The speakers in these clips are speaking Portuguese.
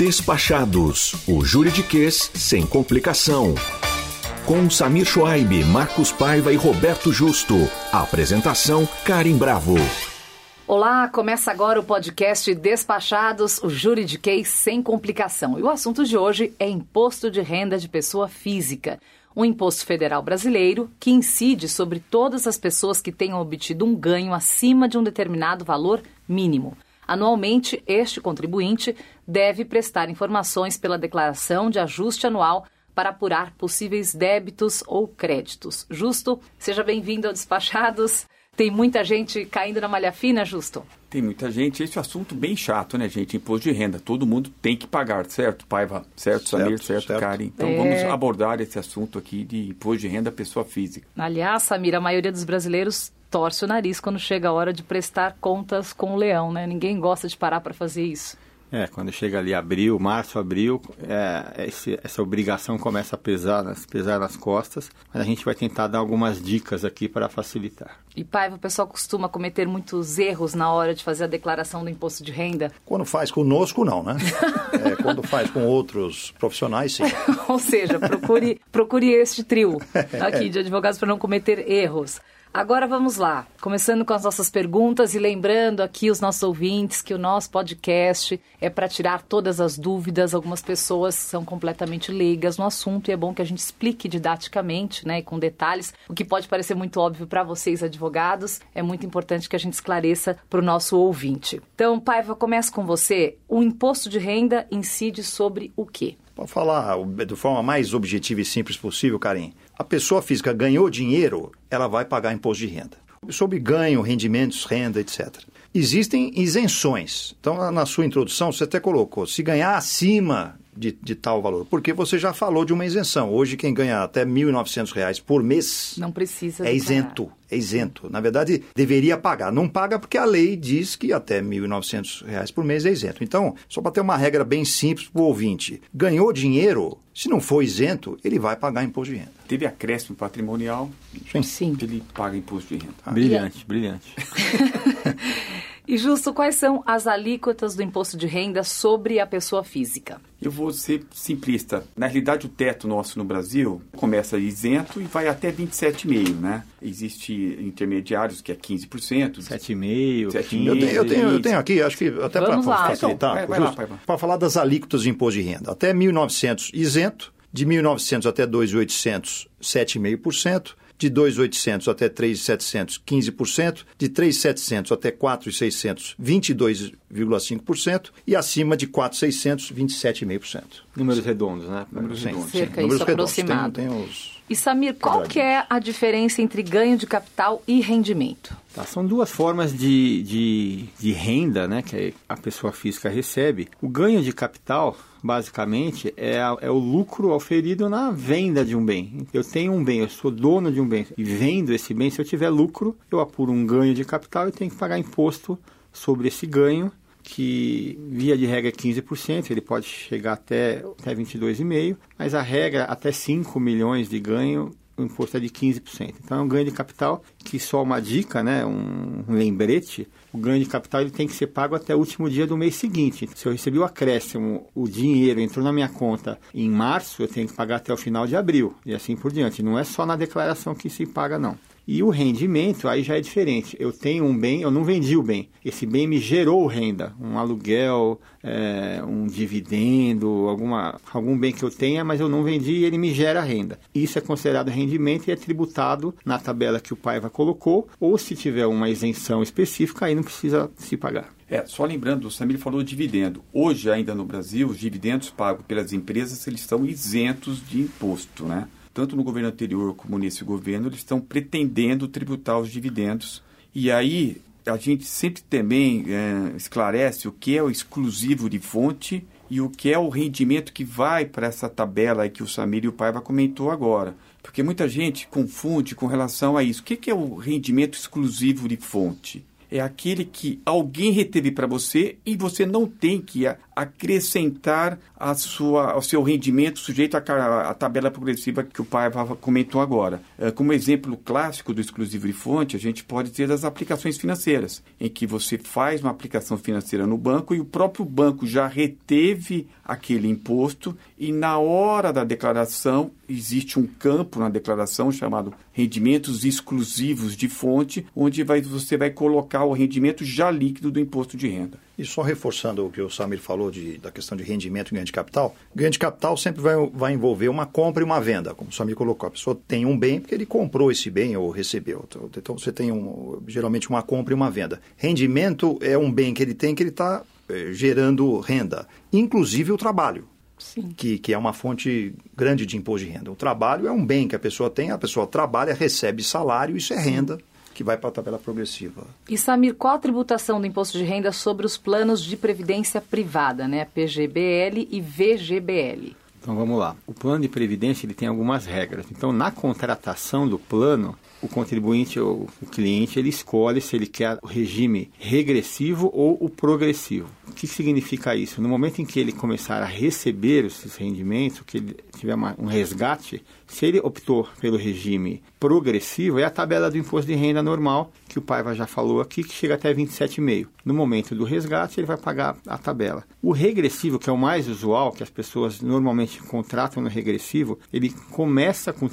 Despachados, o juridiquês sem complicação. Com Samir Schwaib, Marcos Paiva e Roberto Justo. Apresentação, Karen Bravo. Olá, começa agora o podcast Despachados, o juridiquês sem complicação. E o assunto de hoje é imposto de renda de pessoa física. Um imposto federal brasileiro que incide sobre todas as pessoas que tenham obtido um ganho acima de um determinado valor mínimo. Anualmente, este contribuinte deve prestar informações pela declaração de ajuste anual para apurar possíveis débitos ou créditos. Justo, seja bem-vindo ao Despachados. Tem muita gente caindo na malha fina, Justo? Tem muita gente. Esse é um assunto bem chato, né, gente? Imposto de renda. Todo mundo tem que pagar, certo, Paiva? Certo, Samir? Certo, Karen? Então vamos abordar esse assunto aqui de imposto de renda à pessoa física. Aliás, Samir, a maioria dos brasileiros torce o nariz quando chega a hora de prestar contas com o leão, né? Ninguém gosta de parar para fazer isso. Quando chega ali março, abril, essa obrigação começa a pesar nas costas, mas a gente vai tentar dar algumas dicas aqui para facilitar. E, Paiva, o pessoal costuma cometer muitos erros na hora de fazer a declaração do imposto de renda? Quando faz conosco, não, né? Quando faz com outros profissionais, sim. Ou seja, procure este trio aqui de advogados para não cometer erros. Agora vamos lá, começando com as nossas perguntas e lembrando aqui os nossos ouvintes que o nosso podcast é para tirar todas as dúvidas. Algumas pessoas são completamente leigas no assunto e é bom que a gente explique didaticamente, né, e com detalhes. O que pode parecer muito óbvio para vocês, advogados, é muito importante que a gente esclareça para o nosso ouvinte. Então, Paiva, começo com você. O imposto de renda incide sobre o quê? Para falar de forma mais objetiva e simples possível, Karen, a pessoa física ganhou dinheiro, ela vai pagar imposto de renda. Sobre ganho, rendimentos, renda, etc. Existem isenções. Então, na sua introdução, você até colocou, se ganhar acima de tal valor, porque você já falou de uma isenção. Hoje, quem ganha até R$ 1.900 por mês não precisa é isento. É isento. Na verdade, deveria pagar. Não paga porque a lei diz que até R$ 1.900 por mês é isento. Então, só para ter uma regra bem simples para o ouvinte, ganhou dinheiro, se não for isento, ele vai pagar imposto de renda. Teve acréscimo patrimonial, Sim. ele paga imposto de renda. Brilhante. E, Justo, quais são as alíquotas do imposto de renda sobre a pessoa física? Eu vou ser simplista. Na realidade, o teto nosso no Brasil começa isento e vai até 27,5%, né? Existe intermediários que é 15%. 7,5%, 7,5%. Eu tenho aqui, acho que até para facilitar, vai lá, para falar das alíquotas de imposto de renda. Até 1.900 isento, de 1.900 até 2.800, 7,5%. De 2.800 até 3.700, 15%, de 3.700 até 4.600, 22,5% e acima de 4.600, 27,5%. Números redondos, né? Cerca isso aproximado. E, Samir, qual que é a diferença entre ganho de capital e rendimento? São duas formas de renda, né, que a pessoa física recebe. O ganho de capital, basicamente, é o lucro auferido na venda de um bem. Eu tenho um bem, eu sou dono de um bem e vendo esse bem. Se eu tiver lucro, eu apuro um ganho de capital e tenho que pagar imposto sobre esse ganho, que via de regra é 15%, ele pode chegar até 22,5%, mas a regra até 5 milhões de ganho, o imposto é de 15%. Então é um ganho de capital que só uma dica, né, um lembrete, o ganho de capital ele tem que ser pago até o último dia do mês seguinte. Se eu recebi o acréscimo, o dinheiro entrou na minha conta em março, eu tenho que pagar até o final de abril e assim por diante. Não é só na declaração que se paga, não. E o rendimento aí já é diferente. Eu tenho um bem, eu não vendi o bem. Esse bem me gerou renda, um aluguel, um dividendo, algum bem que eu tenha, mas eu não vendi e ele me gera renda. Isso é considerado rendimento e é tributado na tabela que o Paiva colocou, ou se tiver uma isenção específica, aí não precisa se pagar. Só lembrando, o Samir falou de dividendo. Hoje, ainda no Brasil, os dividendos pagos pelas empresas, eles estão isentos de imposto, né? Tanto no governo anterior como nesse governo, eles estão pretendendo tributar os dividendos. E aí, a gente sempre também esclarece o que é o exclusivo de fonte e o que é o rendimento que vai para essa tabela aí que o Samir e o Paiva comentou agora. Porque muita gente confunde com relação a isso. O que é o rendimento exclusivo de fonte? é aquele que alguém reteve para você e você não tem que acrescentar ao seu rendimento sujeito à tabela progressiva que o Paiva comentou agora. Como exemplo clássico do exclusivo de fonte, a gente pode ter as aplicações financeiras, em que você faz uma aplicação financeira no banco e o próprio banco já reteve aquele imposto e na hora da declaração existe um campo na declaração chamado rendimentos exclusivos de fonte, onde você vai colocar o rendimento já líquido do imposto de renda. E só reforçando o que o Samir falou da questão de rendimento e ganho de capital, ganho de capital sempre vai envolver uma compra e uma venda, como o Samir colocou. A pessoa tem um bem porque ele comprou esse bem ou recebeu. Então você tem geralmente uma compra e uma venda. Rendimento é um bem que ele tem que ele está gerando renda, inclusive o trabalho. Sim. Que é uma fonte grande de imposto de renda. O trabalho é um bem que a pessoa tem, a pessoa trabalha, recebe salário, isso é renda que vai para a tabela progressiva. E Samir, qual a tributação do imposto de renda sobre os planos de previdência privada, né? PGBL e VGBL? Então vamos lá. O plano de previdência ele tem algumas regras. Então na contratação do plano, o contribuinte ou o cliente ele escolhe se ele quer o regime regressivo ou o progressivo. O que significa isso? No momento em que ele começar a receber esses rendimentos, que ele tiver um resgate, se ele optou pelo regime progressivo, é a tabela do imposto de renda normal, que o Paiva já falou aqui, que chega até 27,5%. No momento do resgate, ele vai pagar a tabela. O regressivo, que é o mais usual, que as pessoas normalmente contratam no regressivo, ele começa com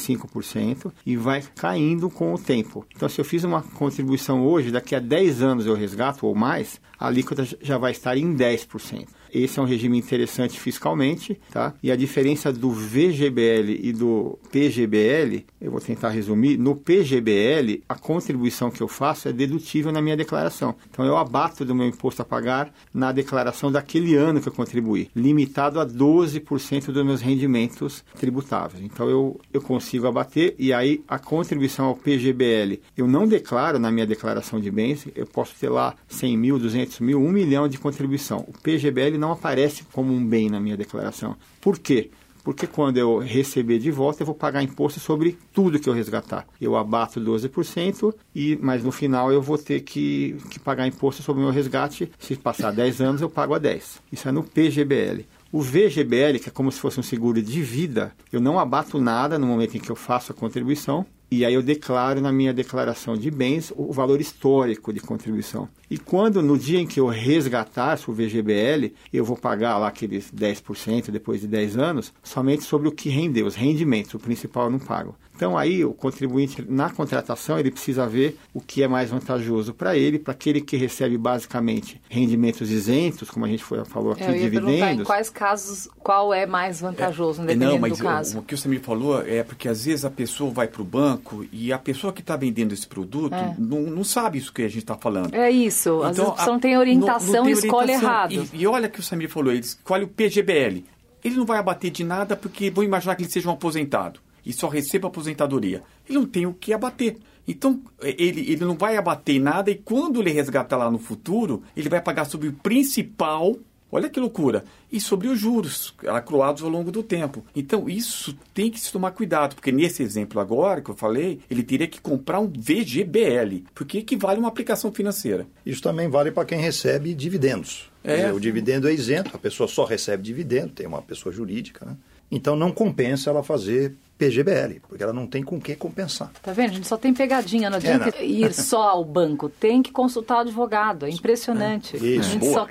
35% e vai caindo com o tempo. Então, se eu fiz uma contribuição hoje, daqui a 10 anos eu resgato ou mais, a alíquota já vai estar em 10%. Esse é um regime interessante fiscalmente, tá? E a diferença do VGBL e do PGBL, eu vou tentar resumir, no PGBL, a contribuição que eu faço é dedutível na minha declaração. Então, eu abato do meu imposto a pagar na declaração daquele ano que eu contribuí, limitado a 12% dos meus rendimentos tributáveis. Então, eu consigo abater e aí a contribuição ao PGBL, eu não declaro na minha declaração de bens, eu posso ter lá 100 mil, 200 mil, 1 milhão de contribuição. O PGBL não aparece como um bem na minha declaração. Por quê? Porque quando eu receber de volta, eu vou pagar imposto sobre tudo que eu resgatar. Eu abato 12%, mas no final eu vou ter que pagar imposto sobre o meu resgate. Se passar 10 anos, eu pago a 10%. Isso é no PGBL. O VGBL, que é como se fosse um seguro de vida, eu não abato nada no momento em que eu faço a contribuição. E aí eu declaro na minha declaração de bens o valor histórico de contribuição. E quando, no dia em que eu resgatar o VGBL, eu vou pagar lá aqueles 10% depois de 10 anos, somente sobre o que rendeu, os rendimentos, o principal eu não pago. Então aí o contribuinte, na contratação, ele precisa ver o que é mais vantajoso para ele, para aquele que recebe basicamente rendimentos isentos, como a gente falou aqui, dividendos. Em quais casos, qual é mais vantajoso, dependendo do caso? O que o Samir falou é porque às vezes a pessoa vai para o banco e a pessoa que está vendendo esse produto não sabe isso que a gente está falando. É isso, às vezes a pessoa não tem orientação e escolhe errado. E olha que o Samir falou, ele escolhe o PGBL. Ele não vai abater de nada porque vão imaginar que ele seja um aposentado e só receba aposentadoria. Ele não tem o que abater. Então, ele não vai abater em nada e quando ele resgatar lá no futuro, ele vai pagar sobre o principal, olha que loucura, e sobre os juros acruados ao longo do tempo. Então, isso tem que se tomar cuidado, porque nesse exemplo agora que eu falei, ele teria que comprar um VGBL, porque equivale a uma aplicação financeira. Isso também vale para quem recebe dividendos. O dividendo é isento, a pessoa só recebe dividendo, tem uma pessoa jurídica, né? Então, não compensa ela fazer PGBL, porque ela não tem com o que compensar. Tá vendo? A gente só tem pegadinha, não adianta ir só ao banco, tem que consultar o advogado, é impressionante. Isso, boa,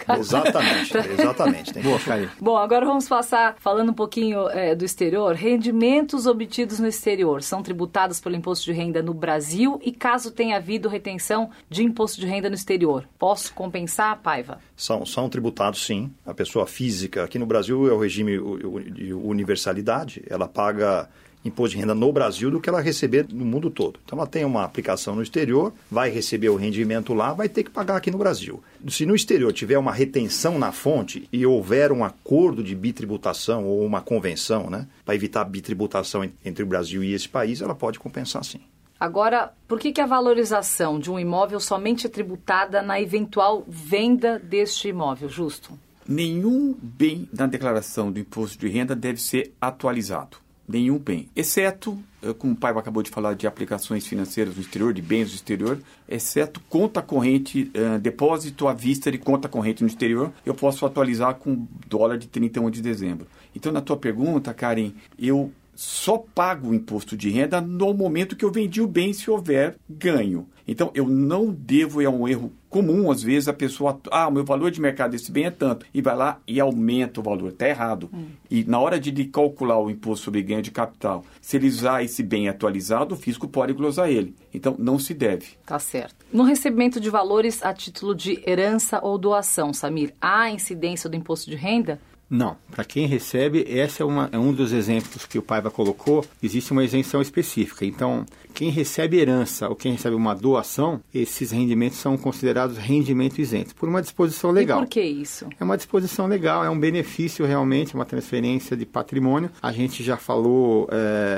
exatamente. Tem boa, Caio. Bom, agora vamos passar, falando um pouquinho do exterior, rendimentos obtidos no exterior são tributados pelo imposto de renda no Brasil e caso tenha havido retenção de imposto de renda no exterior, posso compensar, Paiva? São tributados, sim. A pessoa física, aqui no Brasil é o regime de universalidade, ela paga imposto de renda no Brasil do que ela receber no mundo todo. Então, ela tem uma aplicação no exterior, vai receber o rendimento lá, vai ter que pagar aqui no Brasil. Se no exterior tiver uma retenção na fonte e houver um acordo de bitributação ou uma convenção, né, para evitar a bitributação entre o Brasil e esse país, ela pode compensar sim. Agora, por que a valorização de um imóvel somente é tributada na eventual venda deste imóvel, Justo? Nenhum bem na declaração do imposto de renda deve ser atualizado. nenhum bem, exceto, como o Paiva acabou de falar, de aplicações financeiras no exterior, de bens no exterior, exceto conta corrente, depósito à vista de conta corrente no exterior, eu posso atualizar com dólar de 31 de dezembro. Então, na tua pergunta, Karen, eu só pago o imposto de renda no momento que eu vendi o bem, se houver ganho. Então, eu não devo, é um erro comum, às vezes, a pessoa, o meu valor de mercado desse bem é tanto, e vai lá e aumenta o valor. Está errado. E na hora de calcular o imposto sobre ganho de capital, se ele usar esse bem atualizado, o fisco pode glosar ele. Então, não se deve. Tá certo. No recebimento de valores a título de herança ou doação, Samir, há incidência do imposto de renda? Não. Para quem recebe, esse é um dos exemplos que o Paiva colocou, existe uma isenção específica. Então, quem recebe herança ou quem recebe uma doação, esses rendimentos são considerados rendimento isento, por uma disposição legal. E por que isso? É uma disposição legal, é um benefício realmente, uma transferência de patrimônio. A gente já falou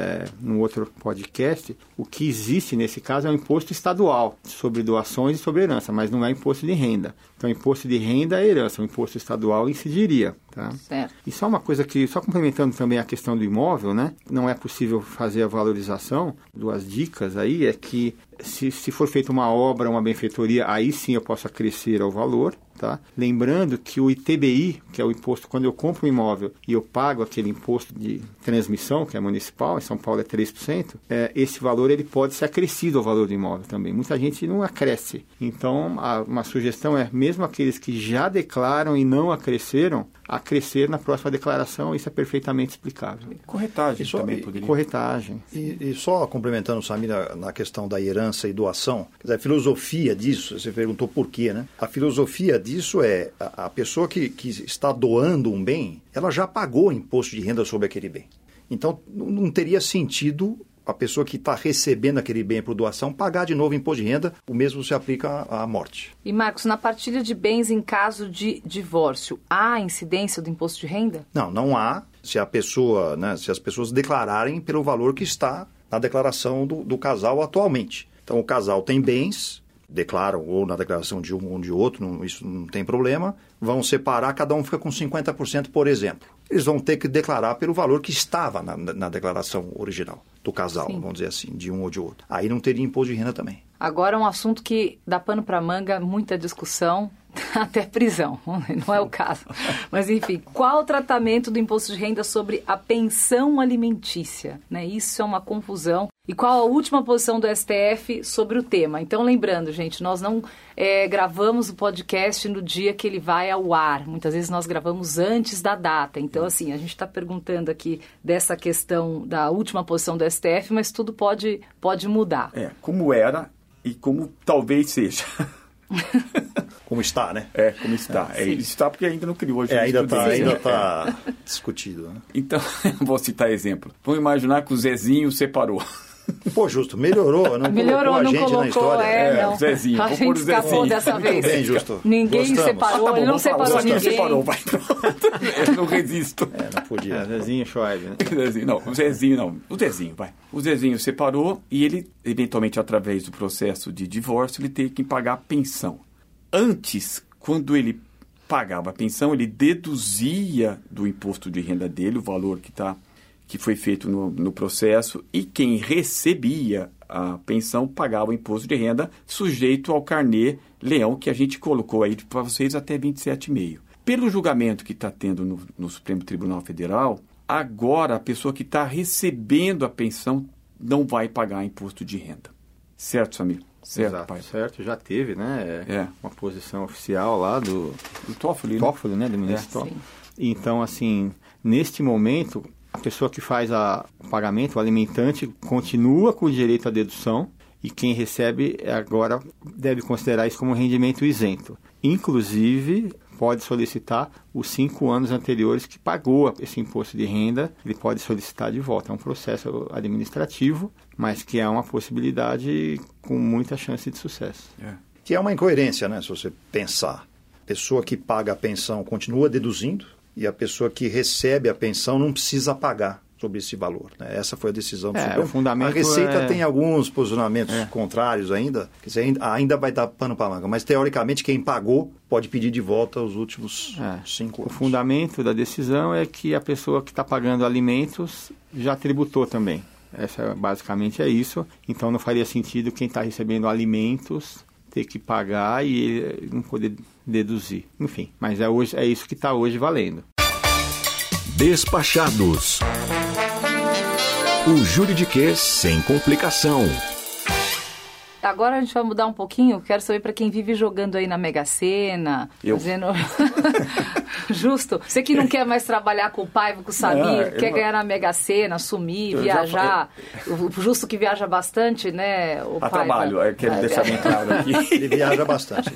no outro podcast, o que existe nesse caso é um imposto estadual sobre doações e sobre herança, mas não é imposto de renda. Então, imposto de renda é herança, o imposto estadual incidiria. Tá? Certo. E só uma coisa que, só complementando também a questão do imóvel, né? Não é possível fazer a valorização. Duas dicas aí é que se for feita uma obra, uma benfeitoria, aí sim eu posso acrescer ao valor. Tá? Lembrando que o ITBI, que é o imposto quando eu compro um imóvel e eu pago aquele imposto de transmissão, que é municipal, em São Paulo é 3%, esse valor ele pode ser acrescido ao valor do imóvel também. Muita gente não acresce. Então, uma sugestão é, mesmo aqueles que já declaram e não acresceram, acrescer na próxima declaração, isso é perfeitamente explicável. Corretagem também poderia. Corretagem. E só complementando o Samir na questão da herança e doação, quer dizer, a filosofia disso, você perguntou por quê, né? A filosofia disso é a pessoa que está doando um bem, ela já pagou imposto de renda sobre aquele bem. Então, não teria sentido a pessoa que está recebendo aquele bem por doação pagar de novo imposto de renda, o mesmo se aplica à morte. E, Marcos, na partilha de bens em caso de divórcio, há incidência do imposto de renda? Não há, se a pessoa, né, se as pessoas declararem pelo valor que está na declaração do casal atualmente. Então, o casal tem bens, declaram ou na declaração de um ou de outro, isso não tem problema, vão separar, cada um fica com 50%, por exemplo. Eles vão ter que declarar pelo valor que estava na declaração original do casal, sim, vamos dizer assim, de um ou de outro. Aí não teria imposto de renda também. Agora um assunto que dá pano para manga, muita discussão, até prisão, não é o caso. Mas enfim, qual o tratamento do imposto de renda sobre a pensão alimentícia? Né? Isso é uma confusão. E qual a última posição do STF sobre o tema? Então, lembrando, gente, nós não gravamos o podcast no dia que ele vai ao ar. Muitas vezes nós gravamos antes da data. Então, assim, a gente está perguntando aqui dessa questão da última posição do STF, mas tudo pode mudar. Como era e como talvez seja. Como está, né? Como está. Está porque ainda não criou. Ainda está discutido. Né? Então, vou citar exemplo. Vamos imaginar que o Zezinho separou. Pô, Justo, melhorou, não colocou a gente na história. Não. Zezinho, a gente escapou dessa vez. Bem, Justo. Ninguém separou, ele não separou ninguém. Separou, vai, pronto. Eu não resisto. Não podia. Zezinho Schwab, né? O Zezinho, vai. O Zezinho separou e ele, eventualmente, através do processo de divórcio, ele teve que pagar a pensão. Antes, quando ele pagava a pensão, ele deduzia do imposto de renda dele o valor que foi feito no processo, e quem recebia a pensão pagava o imposto de renda sujeito ao carnê-leão que a gente colocou aí para vocês até 27,5. Pelo julgamento que está tendo no Supremo Tribunal Federal, agora a pessoa que está recebendo a pensão não vai pagar imposto de renda. Certo, Samir? Certo, exato, pai. Certo, já teve, né? Uma posição oficial lá do Toffoli, né? Do ministro Toffoli. Então, assim, neste momento, a pessoa que faz o pagamento, o alimentante, continua com o direito à dedução, e quem recebe agora deve considerar isso como um rendimento isento. Inclusive, pode solicitar os 5 anos anteriores que pagou esse imposto de renda, ele pode solicitar de volta. É um processo administrativo, mas que é uma possibilidade com muita chance de sucesso. Que é uma incoerência, né? Se você pensar. A pessoa que paga a pensão continua deduzindo, e a pessoa que recebe a pensão não precisa pagar. sobre esse valor, né? Essa foi a decisão do Supremo. O fundamento a Receita tem alguns posicionamentos contrários ainda, quer dizer, ainda vai dar pano para manga, mas teoricamente quem pagou pode pedir de volta os últimos 5 anos. O fundamento da decisão é que a pessoa que está pagando alimentos já tributou também. Basicamente é isso. Então não faria sentido quem está recebendo alimentos ter que pagar e não poder deduzir. Enfim, mas é isso que está hoje valendo. Despachados. O juridiquês sem complicação. Agora a gente vai mudar um pouquinho. Quero saber para quem vive jogando aí na Mega Sena, fazendo... Justo. Você que não quer mais trabalhar com o Paiva, com o Samir, quer ganhar na Mega Sena, sumir, viajar. O Justo que viaja bastante, né? O Paiva. Trabalho, eu quero deixar bem claro aqui. Ele viaja bastante.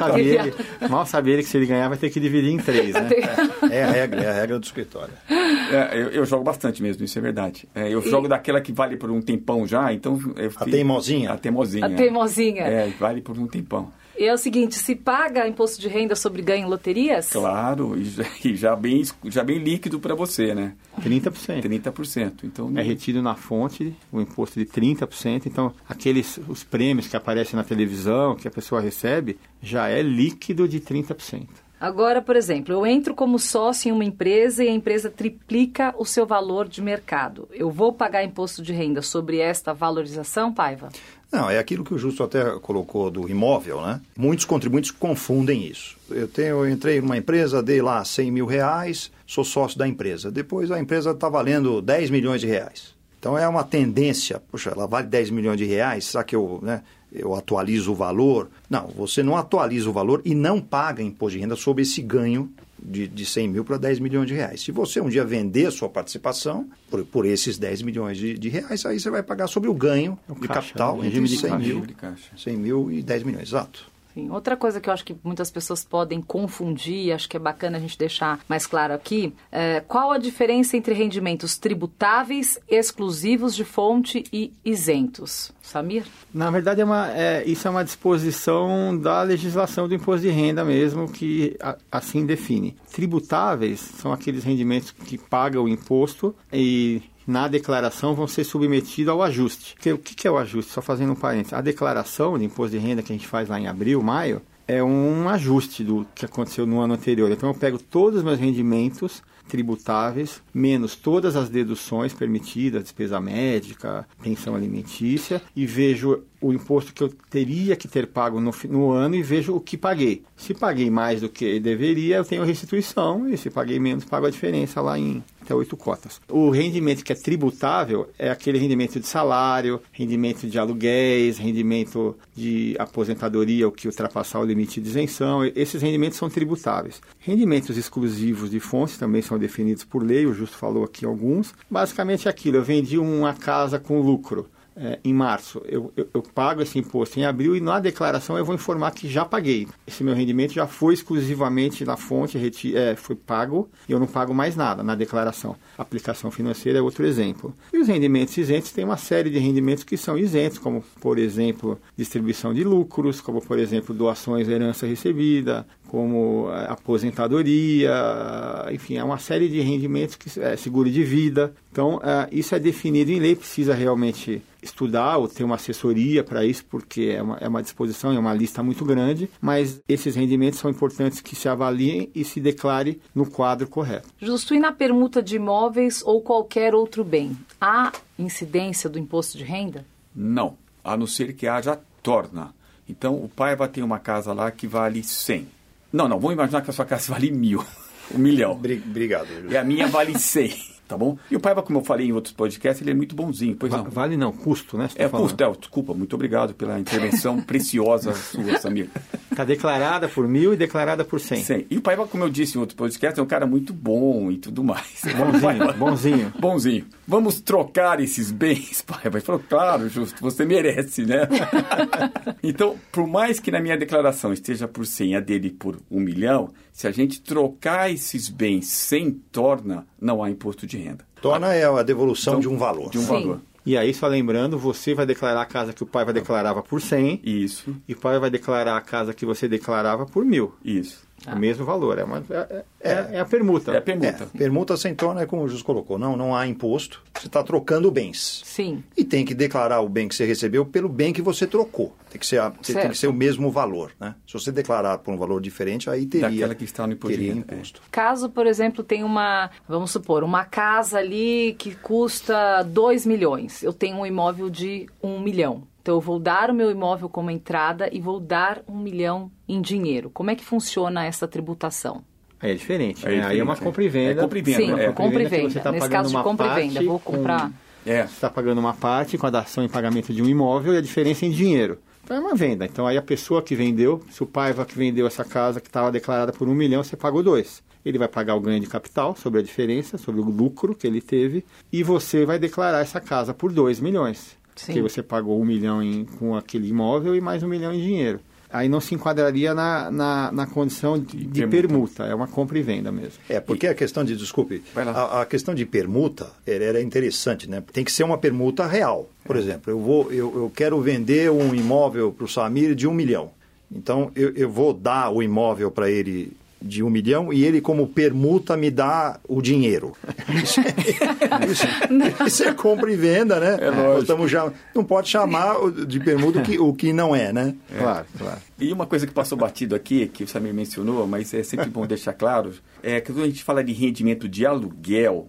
Mal sabe ele que se ele ganhar vai ter que dividir em 3, né? É a regra do escritório. Eu jogo bastante mesmo, isso é verdade. Eu jogo daquela que vale por um tempão já, então... A teimosinha. A teimosinha. Vale por um tempão. E é o seguinte, se paga imposto de renda sobre ganho em loterias? Claro, e já bem líquido para você, né? 30%. 30%. Então, é retido na fonte o imposto de 30%. Então, os prêmios que aparecem na televisão, que a pessoa recebe, já é líquido de 30%. Agora, por exemplo, eu entro como sócio em uma empresa e a empresa triplica o seu valor de mercado. Eu vou pagar imposto de renda sobre esta valorização, Paiva? Não, é aquilo que o Justo até colocou do imóvel, né? Muitos contribuintes confundem isso. Eu entrei numa empresa, dei lá R$100 mil, sou sócio da empresa. Depois a empresa está valendo R$10 milhões. Então é uma tendência, poxa, ela vale R$10 milhões, será que eu atualizo o valor? Não, você não atualiza o valor e não paga imposto de renda sobre esse ganho de 100 mil para 10 milhões de reais. Se você um dia vender sua participação por esses 10 milhões de reais, aí você vai pagar sobre o ganho de capital entre 100 mil e 10 milhões, exato. Sim. Outra coisa que eu acho que muitas pessoas podem confundir, acho que é bacana a gente deixar mais claro aqui, qual a diferença entre rendimentos tributáveis, exclusivos de fonte e isentos? Samir? Na verdade, isso é uma disposição da legislação do imposto de renda mesmo, que assim define. Tributáveis são aqueles rendimentos que pagam o imposto e na declaração vão ser submetidos ao ajuste. O que é o ajuste? Só fazendo um parênteses. A declaração de imposto de renda que a gente faz lá em abril, maio, é um ajuste do que aconteceu no ano anterior. Então eu pego todos os meus rendimentos tributáveis, menos todas as deduções permitidas, despesa médica, pensão alimentícia, e vejo o imposto que eu teria que ter pago no ano e vejo o que paguei. Se paguei mais do que deveria, eu tenho restituição, e se paguei menos, pago a diferença lá em até 8 cotas. O rendimento que é tributável é aquele rendimento de salário, rendimento de aluguéis, rendimento de aposentadoria, o que ultrapassar o limite de isenção. Esses rendimentos são tributáveis. Rendimentos exclusivos de fontes também são definidos por lei, o Justo falou aqui alguns. Basicamente é aquilo, eu vendi uma casa com lucro. Em março, eu pago esse imposto em abril e na declaração eu vou informar que já paguei. Esse meu rendimento já foi exclusivamente na fonte, foi pago e eu não pago mais nada na declaração. A aplicação financeira é outro exemplo. E os rendimentos isentos, tem uma série de rendimentos que são isentos, como, por exemplo, distribuição de lucros, como, por exemplo, doações, herança recebida, como aposentadoria, enfim, é uma série de rendimentos, seguro de vida. Então, isso é definido em lei, precisa realmente estudar ou ter uma assessoria para isso, porque é uma disposição, é uma lista muito grande, mas esses rendimentos são importantes que se avaliem e se declare no quadro correto. Justo, e na permuta de imóveis ou qualquer outro bem, há incidência do imposto de renda? Não, a não ser que haja torna. Então, o Paiva tem uma casa lá que vale 100. Não, vamos imaginar que a sua casa vale 1.000, 1 milhão. Obrigado. E a minha vale 100. Tá bom? E o Paiva, como eu falei em outros podcasts, ele é muito bonzinho. Pois não. Vale não, custo, né? Custo. Desculpa, muito obrigado pela intervenção preciosa sua, Samir. Está declarada por 1.000 e declarada por 100. 100. E o Paiva, como eu disse em outros podcasts, é um cara muito bom e tudo mais. Bonzinho. Vamos trocar esses bens, Paiva? Ele falou, claro, Justo, você merece, né? Então, por mais que na minha declaração esteja por 100 a dele por 1 milhão, se a gente trocar esses bens sem torna, não há imposto de renda. Torna é a devolução de um valor. De um valor. E aí, só lembrando, você vai declarar a casa que o Paiva declarava por 100. Isso. E o Paiva vai declarar a casa que você declarava por 1.000. Isso. O mesmo valor. É a permuta. É a permuta. Permuta sem torna é como o Justo colocou. Não há imposto. Você está trocando bens. Sim. E tem que declarar o bem que você recebeu pelo bem que você trocou. Tem que ser o mesmo valor, né? Se você declarar por um valor diferente, aí teria daquela que está no imposto de renda. Imposto. Caso, por exemplo, tem vamos supor, uma casa ali que custa 2 milhões. Eu tenho um imóvel de 1 milhão. Então, eu vou dar o meu imóvel como entrada e vou dar 1 milhão em dinheiro. Como é que funciona essa tributação? Aí é diferente. Aí é uma compra e venda. É compra e venda. Sim, compra e venda. Você tá Nesse caso de compra e venda, vou comprar... Você está pagando uma parte com a dação em pagamento de um imóvel e a diferença em dinheiro. Então é uma venda. Então aí a pessoa que vendeu, se o Paiva que vendeu essa casa que estava declarada por 1 milhão, você pagou 2. Ele vai pagar o ganho de capital sobre a diferença, sobre o lucro que ele teve, e você vai declarar essa casa por 2 milhões. Sim. Porque você pagou 1 milhão com aquele imóvel e mais 1 milhão em dinheiro. Aí não se enquadraria na condição de permuta. É uma compra e venda mesmo. Porque a questão de, a questão de permuta era interessante, né? Tem que ser uma permuta real. Por exemplo, eu quero vender um imóvel para o Samir de 1 milhão. Então, eu vou dar o imóvel para ele de 1 milhão e ele, como permuta, me dá o dinheiro. Isso é compra e venda, né? Não pode chamar de permuta o que não é, né? Claro. E uma coisa que passou batido aqui, que o Samir mencionou, mas é sempre bom deixar claro, é que quando a gente fala de rendimento de aluguel,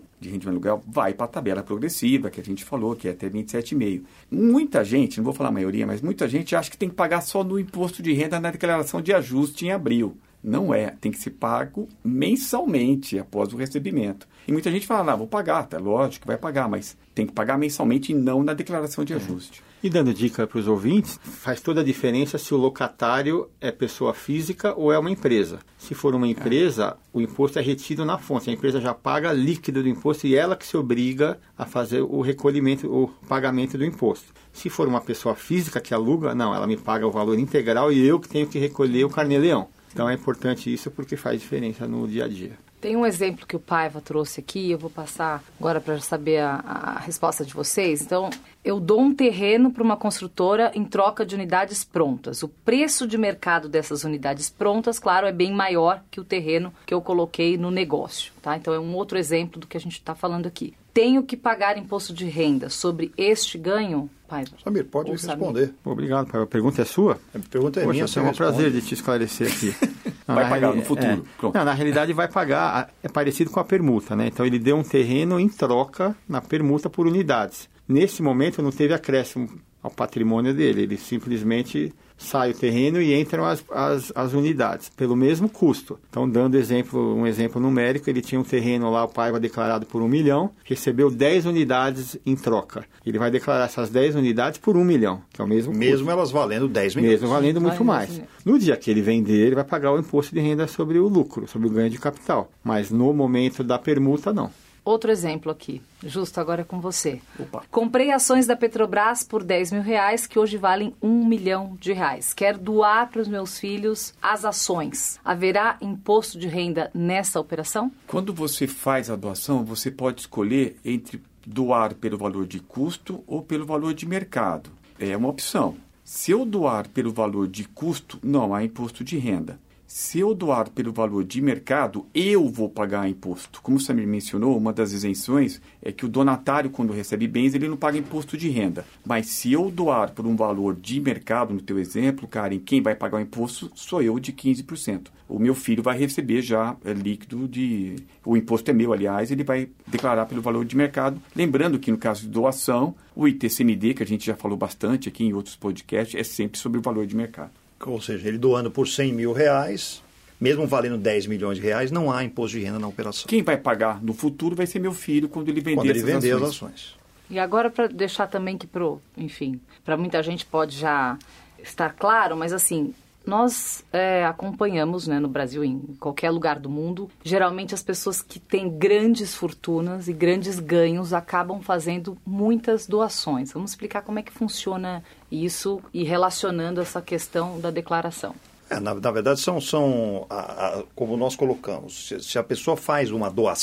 vai para a tabela progressiva, que a gente falou, que é até 27,5. Muita gente, não vou falar a maioria, mas muita gente acha que tem que pagar só no imposto de renda na declaração de ajuste em abril. Não é, tem que ser pago mensalmente após o recebimento. E muita gente fala, vou pagar, tá lógico que vai pagar, mas tem que pagar mensalmente e não na declaração de ajuste. E dando dica para os ouvintes, faz toda a diferença se o locatário é pessoa física ou é uma empresa. Se for uma empresa, o imposto é retido na fonte. A empresa já paga líquido do imposto e ela que se obriga a fazer o recolhimento, o pagamento do imposto. Se for uma pessoa física que aluga, não, ela me paga o valor integral e eu que tenho que recolher o carnê-leão. Então é importante isso porque faz diferença no dia a dia. Tem um exemplo que o Paiva trouxe aqui, eu vou passar agora para saber a resposta de vocês. Então, eu dou um terreno para uma construtora em troca de unidades prontas. O preço de mercado dessas unidades prontas, claro, é bem maior que o terreno que eu coloquei no negócio, tá? Então, é um outro exemplo do que a gente está falando aqui. Tenho que pagar imposto de renda sobre este ganho, Paiva? Samir, pode responder. Obrigado, Paiva. A pergunta é sua? A pergunta é minha. É um prazer de te esclarecer aqui. Vai pagar no futuro. Na realidade, vai pagar, é parecido com a permuta, né? Então, ele deu um terreno em troca na permuta por unidades. Nesse momento, não teve acréscimo ao patrimônio dele. Ele simplesmente sai o terreno e entram as unidades, pelo mesmo custo. Então, dando um exemplo numérico, ele tinha um terreno lá, o Paiva declarado por 1 milhão, recebeu 10 unidades em troca. Ele vai declarar essas 10 unidades por 1 milhão, que é o mesmo custo. Mesmo elas valendo 10 milhões. Mesmo valendo muito mais. No dia que ele vender, ele vai pagar o imposto de renda sobre o lucro, sobre o ganho de capital. Mas no momento da permuta, não. Outro exemplo aqui, Justo, agora é com você. Opa. Comprei ações da Petrobras por 10 mil reais, que hoje valem 1 milhão de reais. Quero doar para os meus filhos as ações. Haverá imposto de renda nessa operação? Quando você faz a doação, você pode escolher entre doar pelo valor de custo ou pelo valor de mercado. É uma opção. Se eu doar pelo valor de custo, não há imposto de renda. Se eu doar pelo valor de mercado, eu vou pagar imposto. Como o Samir mencionou, uma das isenções é que o donatário, quando recebe bens, ele não paga imposto de renda. Mas se eu doar por um valor de mercado, no teu exemplo, Karen, quem vai pagar o imposto sou eu de 15%. O meu filho vai receber já líquido de... O imposto é meu, aliás, ele vai declarar pelo valor de mercado. Lembrando que no caso de doação, o ITCMD, que a gente já falou bastante aqui em outros podcasts, é sempre sobre o valor de mercado. Ou seja, ele doando por 100 mil reais, mesmo valendo 10 milhões de reais, não há imposto de renda na operação. Quem vai pagar no futuro vai ser meu filho quando ele vender as ações. E agora, para deixar também que, para muita gente pode já estar claro, mas assim, nós acompanhamos, né, no Brasil, em qualquer lugar do mundo, geralmente as pessoas que têm grandes fortunas e grandes ganhos acabam fazendo muitas doações. Vamos explicar como é que funciona isso e relacionando essa questão da declaração. Na verdade, como nós colocamos, se a pessoa faz uma doação,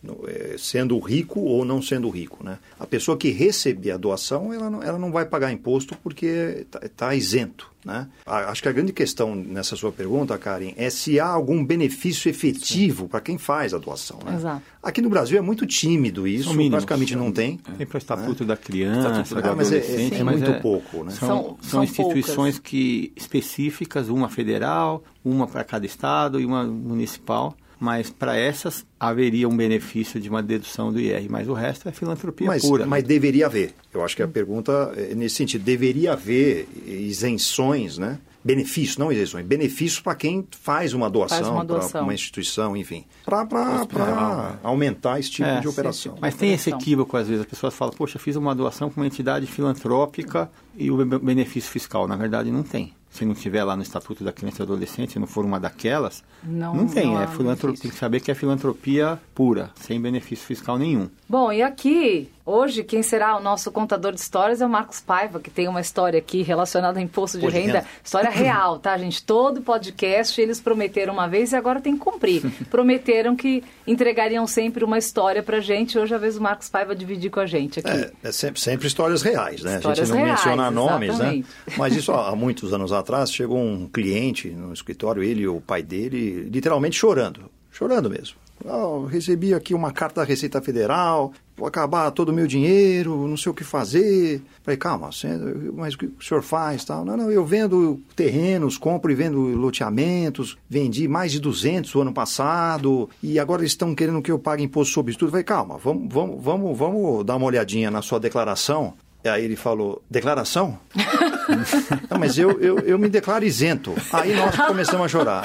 sendo rico ou não sendo rico, né? A pessoa que receber a doação, ela não vai pagar imposto porque está isento, né? Acho que a grande questão nessa sua pergunta, Karen, é se há algum benefício efetivo para quem faz a doação, né? Exato. Aqui no Brasil é muito tímido isso, praticamente não tem. Tem para o Estatuto da Criança, do mas adolescente, é muito pouco, né? São instituições específicas, uma federal, uma para cada estado e uma municipal. Mas para essas haveria um benefício de uma dedução do IR, mas o resto é filantropia pura. Mas deveria haver. Eu acho que a pergunta é nesse sentido. Deveria haver isenções, né? Benefícios, não isenções. Benefícios para quem faz uma doação, para uma instituição, enfim. Para aumentar esse tipo de operação. Mas tem esse equívoco, às vezes. As pessoas falam, poxa, fiz uma doação para uma entidade filantrópica e o benefício fiscal. Na verdade, não tem. Se não tiver lá no Estatuto da Criança e Adolescente, se não for uma daquelas, não tem. Tem que saber que é filantropia pura, sem benefício fiscal nenhum. Bom, e aqui, hoje, quem será o nosso contador de histórias é o Marcos Paiva, que tem uma história aqui relacionada a imposto de renda. História real, tá, gente? Todo podcast eles prometeram uma vez e agora tem que cumprir. Prometeram que entregariam sempre uma história pra gente. Hoje é a vez do Marcos Paiva dividir com a gente aqui. Sempre histórias reais, né? Histórias a gente não reais, menciona nomes, exatamente, né? Mas isso há muitos anos atrás, chegou um cliente no escritório, ele e o pai dele, literalmente chorando mesmo. Recebi aqui uma carta da Receita Federal, vou acabar todo o meu dinheiro, não sei o que fazer. Falei, calma, mas o que o senhor faz? Tal? Não, eu vendo terrenos, compro e vendo loteamentos, vendi mais de 200 o ano passado, e agora eles estão querendo que eu pague imposto sobre tudo. Falei, calma, vamos dar uma olhadinha na sua declaração. E aí ele falou, declaração? Não, mas eu me declaro isento. Aí nós começamos a chorar.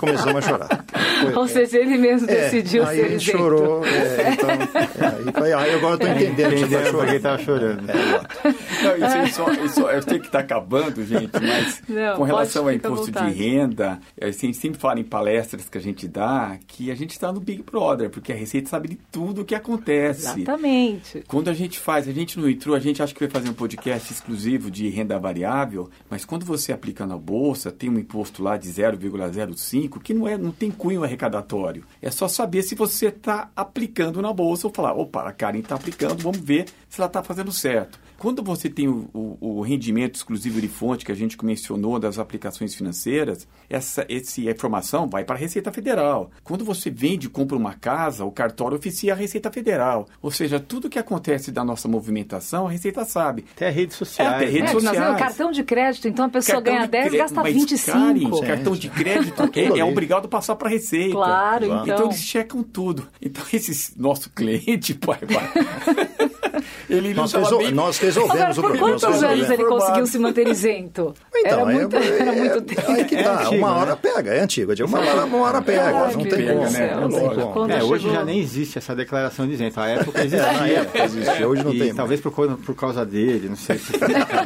Ou seja, ele mesmo decidiu ser isento. Aí ele chorou. Aí agora eu estou entendendo que ele estava chorando. Eu sei que está acabando, gente, mas com relação ao imposto de renda, a gente sempre fala em palestras que a gente dá que a gente está no Big Brother, porque a Receita sabe de tudo o que acontece. Exatamente. Quando a gente não entrou, a gente acha que vai fazer um podcast exclusivo de renda variável, mas quando você aplica na Bolsa, tem um imposto lá de 0,05, que não tem cunho arrecadatório. É só saber se você está aplicando na Bolsa ou falar, opa, a Karen está aplicando, vamos ver se ela está fazendo certo. Quando você tem o rendimento exclusivo de fonte, que a gente mencionou das aplicações financeiras, essa informação vai para a Receita Federal. Quando você vende e compra uma casa, o cartório oficia a Receita Federal. Ou seja, tudo que acontece da nossa movimentação, a Receita sabe. Até redes sociais. Até redes sociais. Cartão de crédito, então a pessoa ganha 10 e gasta 25. Karen, cartão de crédito é obrigado a passar para a Receita. Claro, então eles checam tudo. Então esse nosso cliente, ele não nós resolvemos o problema. Por quantos anos ele conseguiu se manter isento? Então, era muito tempo. Aí que tá, uma hora pega, é antigo. Uma hora pega, não tem como. Hoje já nem existe essa declaração de isento. A época existia. Hoje não tem. Talvez por causa dele, não sei se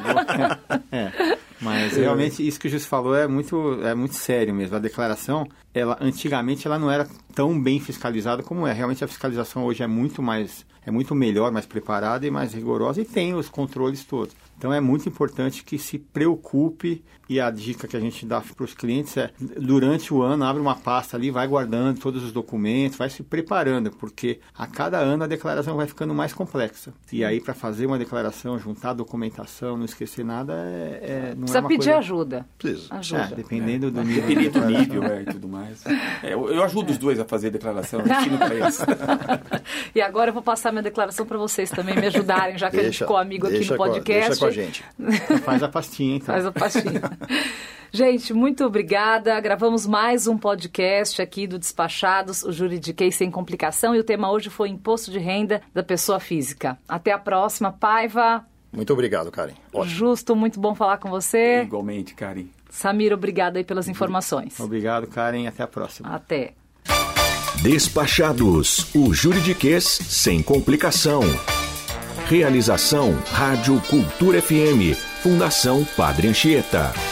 mas realmente isso que o Justo falou é muito sério mesmo. A declaração, antigamente ela não era tão bem fiscalizada como é. Realmente a fiscalização hoje é muito melhor, mais preparada e mais rigorosa e tem os controles todos. Então é muito importante que se preocupe, e a dica que a gente dá para os clientes é, durante o ano, abre uma pasta ali, vai guardando todos os documentos, vai se preparando, porque a cada ano a declaração vai ficando mais complexa. E aí, para fazer uma declaração, juntar documentação, não esquecer nada, não precisa pedir ajuda. Precisa. Dependendo do nível. Dependendo do nível e tudo mais. Eu ajudo os dois a fazer declaração, eu ensino para eles. E agora eu vou passar minha declaração para vocês também me ajudarem, já que a gente ficou amigo aqui no podcast. Deixa com a gente. Faz a pastinha, então. Faz a pastinha. Gente, muito obrigada. Gravamos mais um podcast aqui do Despachados, o Juridiquês Sem Complicação, e o tema hoje foi Imposto de Renda da Pessoa Física. Até a próxima, Paiva. Muito obrigado, Karen. Ótimo. Justo, muito bom falar com você. Igualmente, Karen. Samir, obrigada aí pelas informações. Obrigado, Karen. Até a próxima. Até. Despachados, o Juridiquês Sem Complicação. Realização Rádio Cultura FM, Fundação Padre Anchieta.